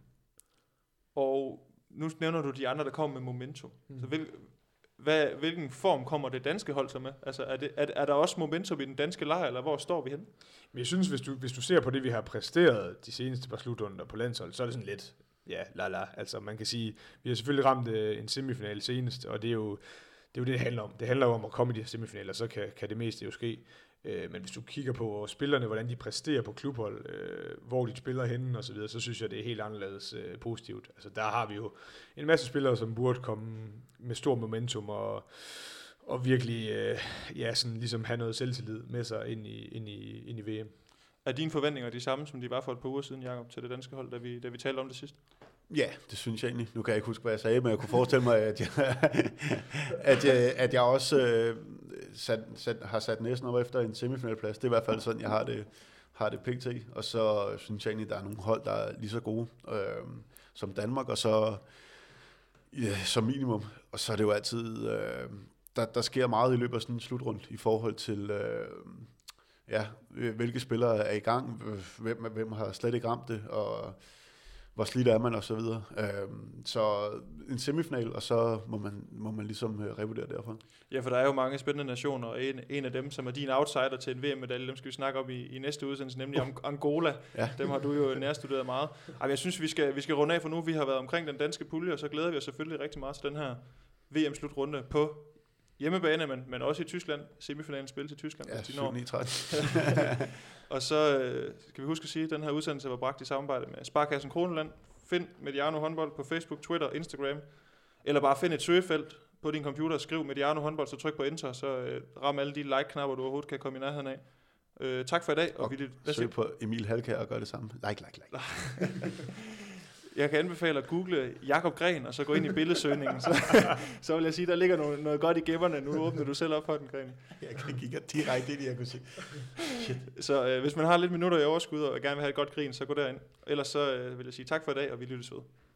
Og nu nævner du de andre, der kommer med momentum. Mm. Så hvil, hvad, hvilken form kommer det danske hold så med? Altså, er, det, er, er der også momentum i den danske lejr, eller hvor står vi henne? Men jeg synes, hvis du, hvis du ser på det, vi har præsteret de seneste par slutrunder på landshold, så er det sådan lidt, ja, la la. Altså, man kan sige, vi har selvfølgelig ramt uh, en semifinal senest, og det er jo det, er jo det, det handler om. Det handler jo om at komme i de her semifinaler, så kan, kan det meste jo ske. Men hvis du kigger på spillerne, hvordan de præsterer på klubhold, øh, hvor de spiller henne og så videre, så synes jeg, det er helt anderledes øh, positivt. Altså der har vi jo en masse spillere, som burde komme med stor momentum og, og virkelig øh, ja, sådan ligesom have noget selvtillid med sig ind i, ind i, ind i V M. Er dine forventninger de samme, som de var for et par uger siden, Jakob, til det danske hold, da vi, da vi talte om det sidst? Ja, det synes jeg egentlig. Nu kan jeg ikke huske, hvad jeg sagde, men jeg kunne forestille mig, at jeg, at jeg, at jeg også øh, sat, sat, har sat næsten op efter en semifinalplads. Det er i hvert fald sådan, jeg har det, har det pt. Og så synes jeg egentlig, der er nogle hold, der er lige så gode øh, som Danmark, og så ja, som minimum. Og så er det jo altid, øh, der, der sker meget i løbet af sådan en slutrund i forhold til, øh, ja, hvilke spillere er i gang, hvem, hvem har slet ikke ramt det, og hvor slidt er man og så videre. Øhm, så en semifinal, og så må man, må man ligesom øh, revurdere derfra. Ja, for der er jo mange spændende nationer, og en, en af dem, som er din outsider til en V M-medalje, dem skal vi snakke om i, i næste udsendelse, nemlig om Angola. Ja. Dem har du jo nærstuderet meget. Ej, jeg synes, vi skal, vi skal runde af for nu. Vi har været omkring den danske pulje, og så glæder vi os selvfølgelig rigtig meget til den her V M-slutrunde på hjemmebane, men, men også i Tyskland. Semifinalen spil til Tyskland. Ja, syv ni tretten. Og så øh, skal vi huske at sige, at den her udsendelse var bragt i samarbejde med Sparkassen Kroneland. Find Mediano håndbold på Facebook, Twitter, Instagram. Eller bare find et søgefelt på din computer, skriv Mediano håndbold, så tryk på enter, så øh, ram alle de like-knapper, du overhovedet kan komme i nærheden af. Øh, tak for i dag. Og, og vi, søg på Emil Halkær og gør det samme. Like, like, like. Jeg kan anbefale at google Jakob Gren, og så gå ind i billedsøgningen. Så, så vil jeg sige, der ligger noget, noget godt i gemmerne. Nu åbner du selv op for den, Gren. Jeg kan kigge direkte ind i, jeg kunne se. Shit. Så øh, hvis man har lidt minutter i overskud, og gerne vil have et godt grin, så gå derind. Ellers så øh, vil jeg sige tak for i dag, og vi lyttes ved.